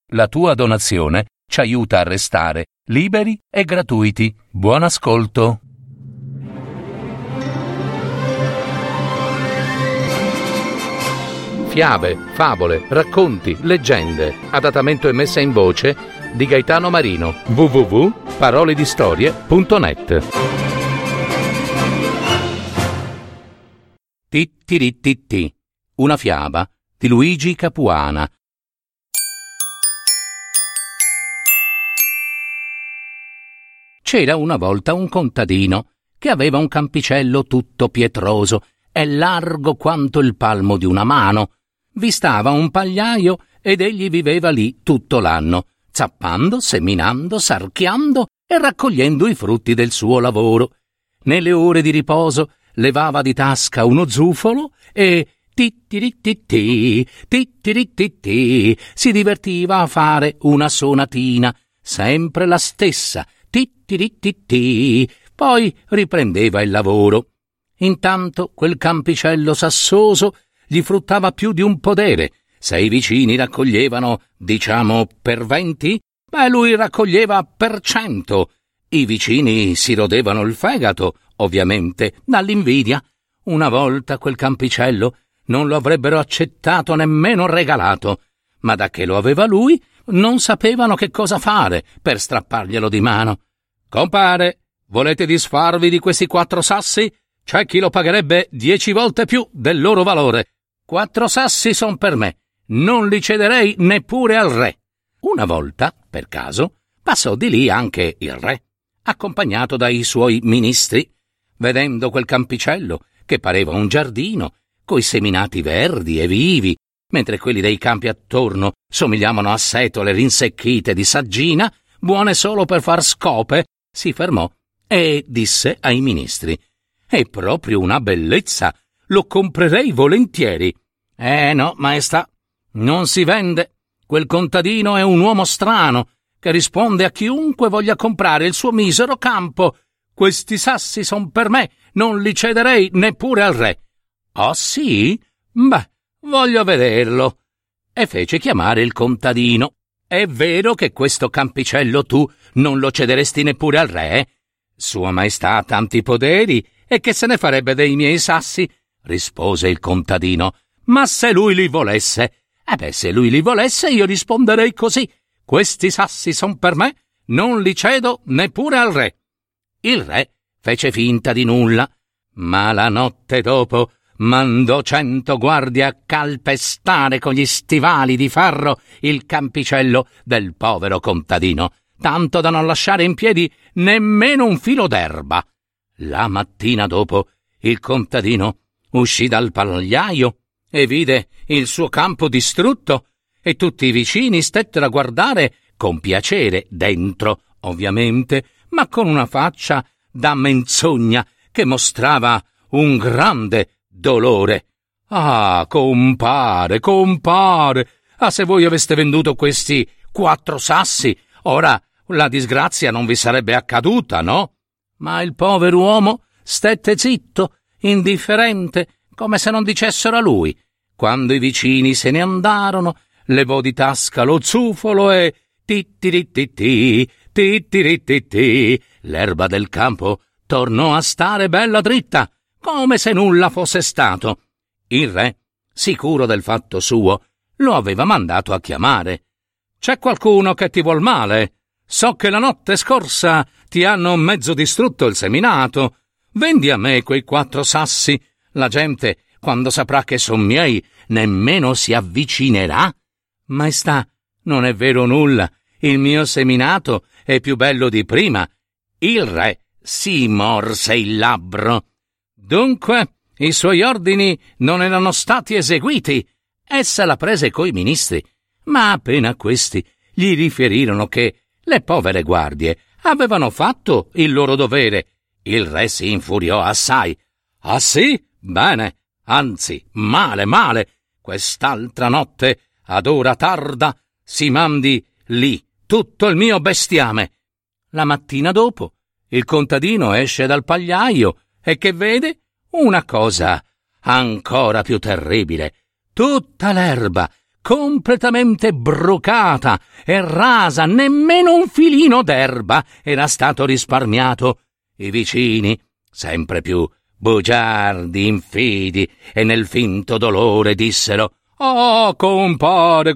La tua donazione ci aiuta a restare liberi e gratuiti. Buon ascolto. Fiabe, favole, racconti, leggende. Adattamento e messa in voce di Gaetano Marino. www.paroledistorie.net. Tittirittiti, una fiaba di Luigi Capuana. C'era una volta un contadino che aveva un campicello tutto pietroso e largo quanto il palmo di una mano. Vi stava un pagliaio ed egli viveva lì tutto l'anno, zappando, seminando, sarchiando e raccogliendo i frutti del suo lavoro. Nelle ore di riposo levava di tasca uno zufolo e tittirittiti, tittirittiti, si divertiva a fare una sonatina, sempre la stessa, tittirittiti, poi riprendeva il lavoro. Intanto quel campicello sassoso gli fruttava più di un podere. Se i vicini raccoglievano, diciamo, per 20, lui raccoglieva per 100. I vicini si rodevano il fegato, ovviamente, dall'invidia. Una volta quel campicello non lo avrebbero accettato nemmeno regalato, ma da che lo aveva lui non sapevano che cosa fare per strapparglielo di mano. «Compare, volete disfarvi di questi 4 sassi? C'è chi lo pagherebbe 10 volte più del loro valore. 4 sassi son per me, non li cederei neppure al re». Una volta, per caso, passò di lì anche il re, accompagnato dai suoi ministri. Vedendo quel campicello, che pareva un giardino, coi seminati verdi e vivi, mentre quelli dei campi attorno somigliavano a setole rinsecchite di saggina, buone solo per far scope, si fermò e disse ai ministri: «È proprio una bellezza, lo comprerei volentieri». No, maestà, non si vende. Quel contadino è un uomo strano, che risponde a chiunque voglia comprare il suo misero campo. Questi sassi son per me, non li cederei neppure al re». «Oh sì? Beh, voglio vederlo». E fece chiamare il contadino. «È vero che questo campicello tu non lo cederesti neppure al re?» «Sua Maestà ha tanti poderi, e che se ne farebbe dei miei sassi?» rispose il contadino. «Ma se lui li volesse?» Se lui li volesse io risponderei così: «Questi sassi son per me, non li cedo neppure al re». Il re fece finta di nulla, ma la notte dopo mandò 100 guardie a calpestare con gli stivali di ferro il campicello del povero contadino, tanto da non lasciare in piedi nemmeno un filo d'erba. La mattina dopo il contadino uscì dal pagliaio e vide il suo campo distrutto, e tutti i vicini stettero a guardare con piacere dentro, ovviamente, ma con una faccia da menzogna che mostrava un grande dolore. «Ah, compare, se voi aveste venduto questi 4 sassi, ora la disgrazia non vi sarebbe accaduta, no?» Ma il povero uomo stette zitto, indifferente, come se non dicessero a lui. Quando i vicini se ne andarono, levò di tasca lo zufolo e tittirittiti, tittirittiti, l'erba del campo tornò a stare bella dritta, come se nulla fosse stato. Il re, sicuro del fatto suo, lo aveva mandato a chiamare. «C'è qualcuno che ti vuol male? So che la notte scorsa ti hanno mezzo distrutto il seminato. Vendi a me quei 4 sassi. La gente, quando saprà che son miei, nemmeno si avvicinerà». «Maestà, non è vero nulla. Il mio seminato è più bello di prima». Il re si morse il labbro. Dunque, i suoi ordini non erano stati eseguiti. Essa la prese coi ministri, ma appena questi gli riferirono che le povere guardie avevano fatto il loro dovere, il re si infuriò assai. «Ah sì? Bene, anzi, male. Quest'altra notte, ad ora tarda, si mandi lì tutto il mio bestiame». La mattina dopo, il contadino esce dal pagliaio e che vede? Una cosa ancora più terribile. Tutta l'erba, completamente brucata e rasa, nemmeno un filino d'erba era stato risparmiato. I vicini, sempre più bugiardi, infidi e nel finto dolore, dissero: «Oh, compare,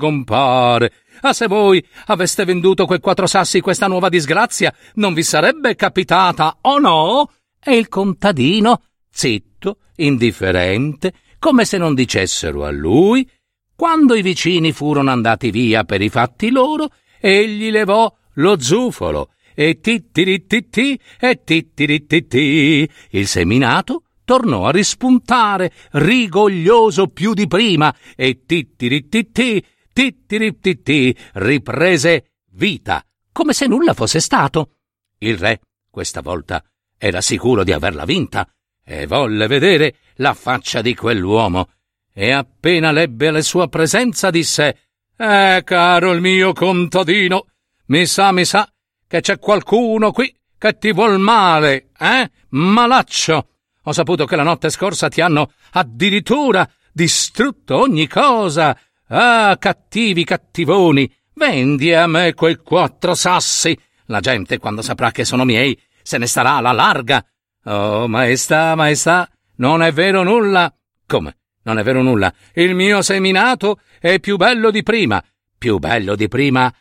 se voi aveste venduto quei 4 sassi, questa nuova disgrazia non vi sarebbe capitata, o no?» E il contadino, zitto, indifferente, come se non dicessero a lui, quando i vicini furono andati via per i fatti loro, egli levò lo zufolo e tittirittitti e tittirittitti. Il seminato tornò a rispuntare, rigoglioso più di prima, e tittirittitti, tittirittitti, riprese vita, come se nulla fosse stato. Il re, questa volta, era sicuro di averla vinta e volle vedere la faccia di quell'uomo, e appena l'ebbe alla sua presenza disse: caro il mio contadino, mi sa che c'è qualcuno qui che ti vuol male, malaccio. Ho saputo che la notte scorsa ti hanno addirittura distrutto ogni cosa. Ah, cattivoni, vendi a me quei 4 sassi. La gente, quando saprà che sono miei, se ne starà alla larga. Oh, maestà, non è vero nulla. Come? Non è vero nulla? Il mio seminato è più bello di prima. Più bello di prima,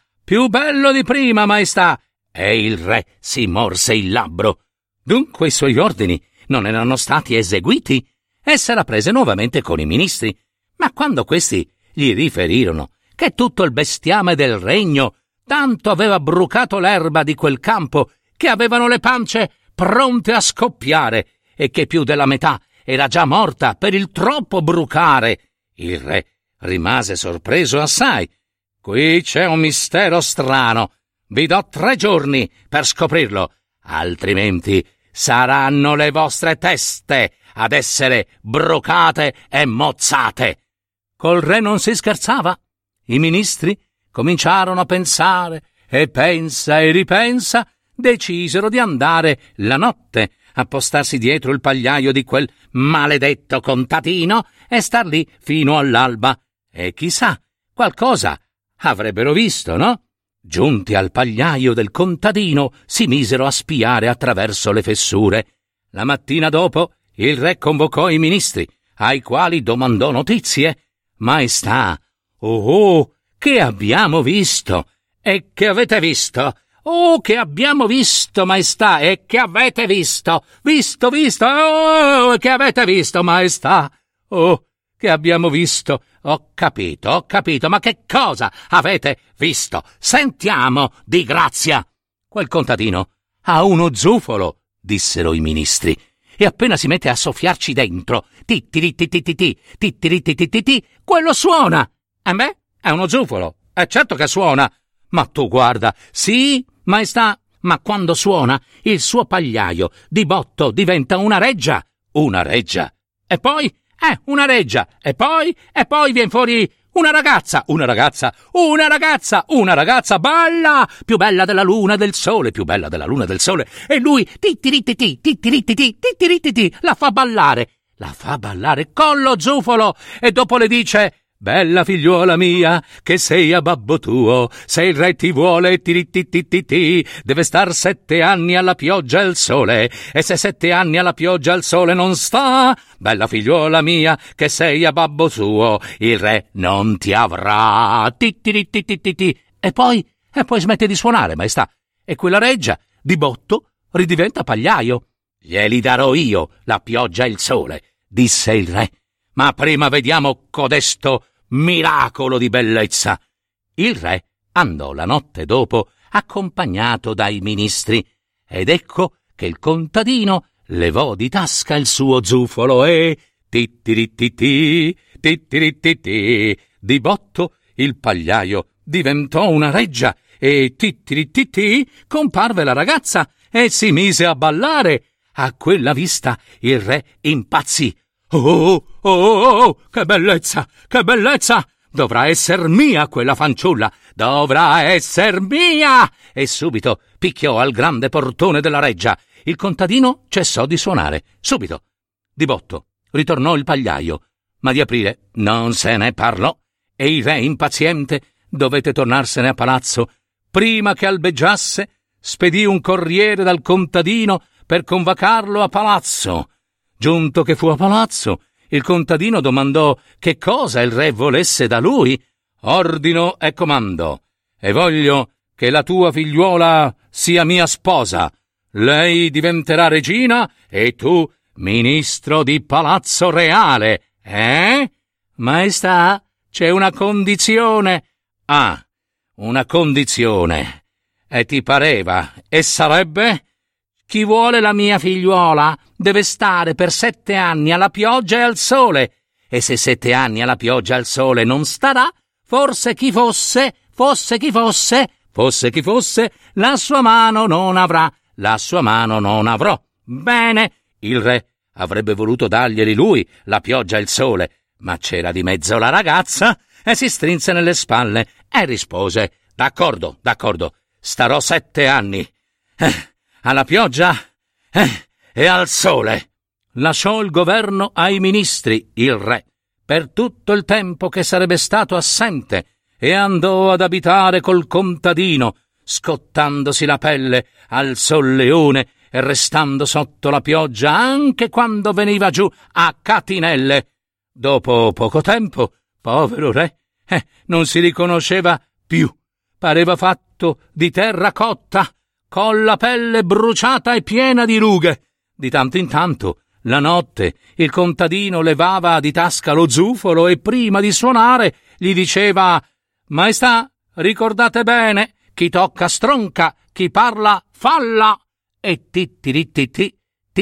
maestà. E il re si morse il labbro. Dunque i suoi ordini non erano stati eseguiti? E se la prese nuovamente con i ministri. Ma quando questi gli riferirono che tutto il bestiame del regno tanto aveva brucato l'erba di quel campo che avevano le pance pronte a scoppiare e che più della metà era già morta per il troppo brucare, il re rimase sorpreso assai. Qui c'è un mistero strano. Vi do 3 giorni per scoprirlo, altrimenti saranno le vostre teste ad essere brucate e mozzate. Col re non si scherzava. I ministri cominciarono a pensare, e pensa e ripensa, decisero di andare la notte a postarsi dietro il pagliaio di quel maledetto contadino e star lì fino all'alba. E chissà, qualcosa avrebbero visto, no? Giunti al pagliaio del contadino, si misero a spiare attraverso le fessure. La mattina dopo il re convocò i ministri, ai quali domandò notizie. Maestà, che abbiamo visto? E che avete visto? Oh, che abbiamo visto, maestà, e che avete visto? Visto, oh, che avete visto, maestà? Oh, che abbiamo visto? Ho capito, ma che cosa avete visto? Sentiamo, di grazia. Quel contadino ha uno zufolo, dissero i ministri, e appena si mette a soffiarci dentro, tittirittittiti, quello suona. E beh, è uno zufolo, è certo che suona. Ma tu guarda, sì, maestà, ma quando suona, il suo pagliaio di botto diventa una reggia. Una reggia. E poi, una reggia. E poi vien fuori una ragazza, bella, più bella della luna del sole, e lui, tittirititi, la fa ballare con lo zufolo, e dopo le dice: bella figliuola mia, che sei a babbo tuo, se il re ti vuole tirittititi, deve star 7 anni alla pioggia e al sole, e se 7 anni alla pioggia e al sole non sta, bella figliuola mia, che sei a babbo tuo, il re non ti avrà. Tittiritititi. E poi smette di suonare, maestà, e quella reggia, di botto, ridiventa pagliaio. Glieli darò io la pioggia e il sole, disse il re, ma prima vediamo codesto miracolo di bellezza. Il re andò la notte dopo accompagnato dai ministri, ed ecco che il contadino levò di tasca il suo zufolo e tittirititi, di botto il pagliaio diventò una reggia e tittirititi comparve la ragazza e si mise a ballare. A quella vista il re impazzì. Oh, che bellezza! Dovrà esser mia quella fanciulla! Dovrà esser mia! E subito picchiò al grande portone della reggia. Il contadino cessò di suonare. Subito. Di botto ritornò il pagliaio, ma di aprire non se ne parlò. e il re, impaziente, dovette tornarsene a palazzo. Prima che albeggiasse, spedì un corriere dal contadino per convocarlo a palazzo. Giunto che fu a palazzo, il contadino domandò che cosa il re volesse da lui. «Ordino e comando, e voglio che la tua figliuola sia mia sposa. Lei diventerà regina e tu ministro di palazzo reale. Maestà, c'è una condizione». «Ah, una condizione. E ti pareva? E sarebbe?» «Chi vuole la mia figliuola deve stare per 7 anni alla pioggia e al sole, e se 7 anni alla pioggia e al sole non starà, fosse chi fosse, la sua mano non avrà, la sua mano non avrò». Bene, il re avrebbe voluto darglieli lui, la pioggia e il sole, ma c'era di mezzo la ragazza e si strinse nelle spalle e rispose: d'accordo, starò 7 anni. Alla pioggia e al sole. Lasciò il governo ai ministri, il re, per tutto il tempo che sarebbe stato assente, e andò ad abitare col contadino, scottandosi la pelle al solleone e restando sotto la pioggia anche quando veniva giù a catinelle. Dopo poco tempo, povero re, non si riconosceva più. Pareva fatto di terra cotta, con la pelle bruciata e piena di rughe. Di tanto in tanto, la notte, il contadino levava di tasca lo zufolo e prima di suonare gli diceva: «Maestà, ricordate bene, chi tocca stronca, chi parla falla». E tittirittitti,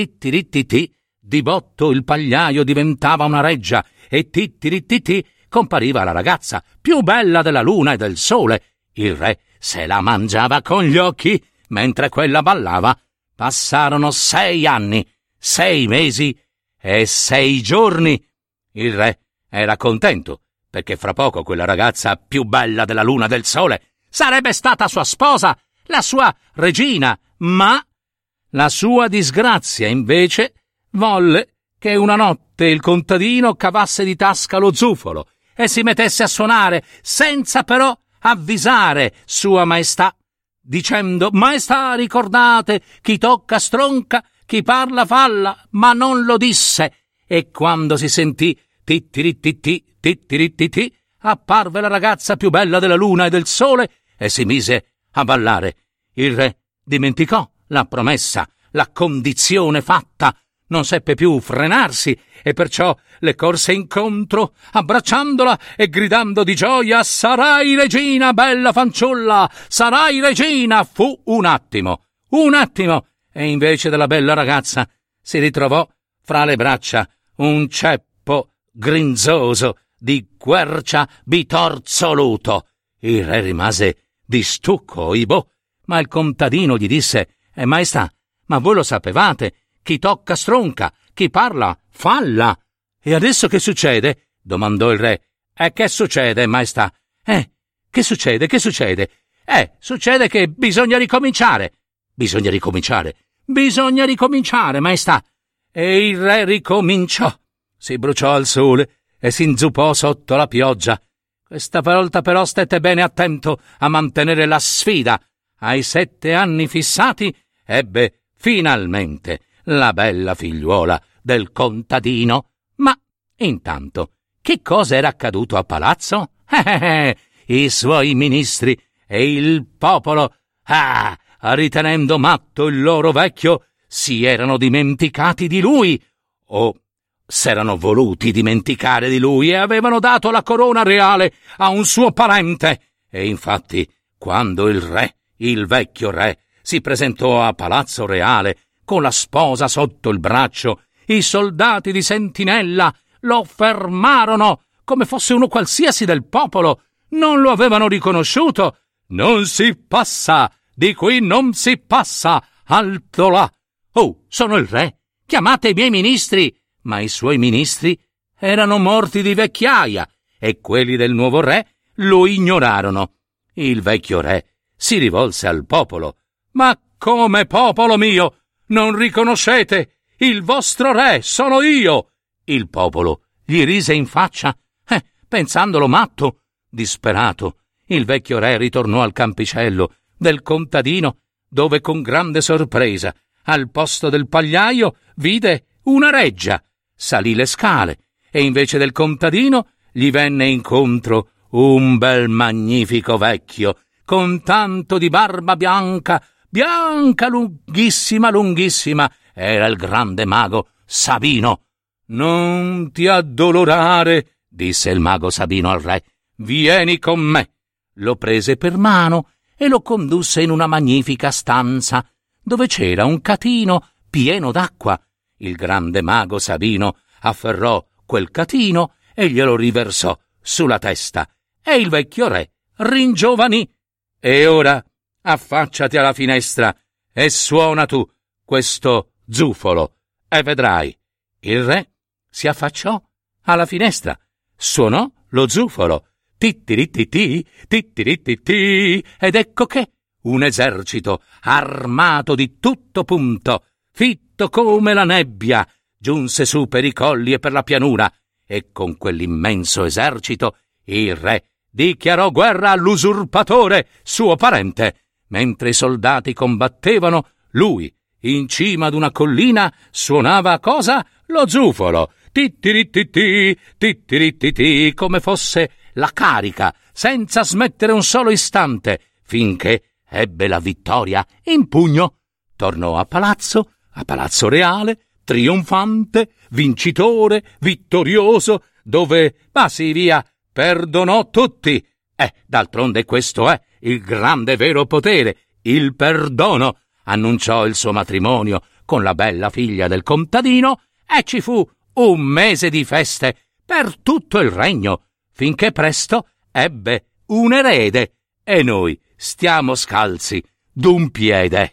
di botto il pagliaio diventava una reggia e tittirittitti compariva la ragazza più bella della luna e del sole. Il re se la mangiava con gli occhi mentre quella ballava. Passarono 6 anni, 6 mesi e 6 giorni. Il re era contento, perché fra poco quella ragazza più bella della luna e del sole sarebbe stata sua sposa, la sua regina, ma la sua disgrazia, invece, volle che una notte il contadino cavasse di tasca lo zufolo e si mettesse a suonare, senza però avvisare Sua Maestà, dicendo: «Maestà, ricordate, chi tocca stronca, chi parla falla», ma non lo disse, e quando si sentì tittirittitti, apparve la ragazza più bella della luna e del sole e si mise a ballare. Il re dimenticò la promessa, la condizione fatta, non seppe più frenarsi e perciò le corse incontro, abbracciandola e gridando di gioia: «Sarai regina, bella fanciulla, sarai regina!» Fu un attimo, e invece della bella ragazza si ritrovò fra le braccia un ceppo grinzoso di quercia bitorzoluto. Il re rimase di stucco, ma il contadino gli disse: «Maestà, ma voi lo sapevate, chi tocca stronca, chi parla falla». «E adesso che succede?» domandò il re. Che succede, maestà?» Che succede? Succede che bisogna ricominciare». «Bisogna ricominciare, maestà». E il re ricominciò. Si bruciò al sole e si inzuppò sotto la pioggia. Questa volta però stette bene attento a mantenere la sfida. Ai 7 anni fissati ebbe finalmente la bella figliuola del contadino. Ma intanto che cosa era accaduto a palazzo? I suoi ministri e il popolo, ritenendo matto il loro vecchio, si erano dimenticati di lui, o s'erano voluti dimenticare di lui, e avevano dato la corona reale a un suo parente. E infatti, quando il vecchio re, si presentò a Palazzo Reale con la sposa sotto il braccio, i soldati di sentinella lo fermarono come fosse uno qualsiasi del popolo. Non lo avevano riconosciuto. «Non si passa, di qui non si passa, alto là!» «Oh, sono il re, chiamate i miei ministri!» Ma i suoi ministri erano morti di vecchiaia e quelli del nuovo re lo ignorarono. Il vecchio re si rivolse al popolo: «Ma come, popolo mio, non riconoscete? Il vostro re sono io!» Il popolo gli rise in faccia, pensandolo matto, Disperato, il vecchio re ritornò al campicello del contadino, dove con grande sorpresa, al posto del pagliaio, vide una reggia. Salì le scale e invece del contadino gli venne incontro un bel magnifico vecchio, con tanto di barba bianca, bianca, lunghissima, lunghissima. Era il grande mago Sabino. «Non ti addolorare», disse il mago Sabino al re, «vieni con me». Lo prese per mano e lo condusse in una magnifica stanza, dove c'era un catino pieno d'acqua. Il grande mago Sabino afferrò quel catino e glielo riversò sulla testa, e il vecchio re ringiovanì. «E ora affacciati alla finestra e suona tu questo zufolo, e vedrai». Il re si affacciò alla finestra, suonò lo zufolo, tittirititì, tittirititì, ed ecco che un esercito armato di tutto punto, fitto come la nebbia, giunse su per i colli e per la pianura, e con quell'immenso esercito il re dichiarò guerra all'usurpatore, suo parente. Mentre i soldati combattevano, lui, in cima ad una collina, suonava cosa? Lo zufolo, tittirititì, tittirititì, come fosse la carica, senza smettere un solo istante, finché ebbe la vittoria in pugno. Tornò a palazzo reale, trionfante, vincitore, vittorioso, dove, sì via, perdonò tutti. D'altronde questo è il grande vero potere, il perdono. Annunciò il suo matrimonio con la bella figlia del contadino e ci fu un mese di feste per tutto il regno, finché presto ebbe un erede e noi stiamo scalzi d'un piede.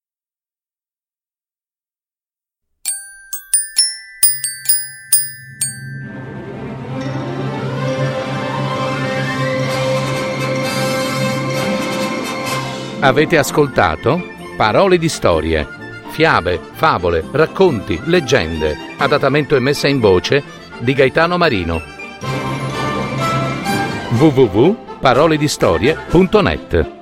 Avete ascoltato Parole di storie, fiabe, favole, racconti, leggende, adattamento e messa in voce di Gaetano Marino. www.paroledistorie.net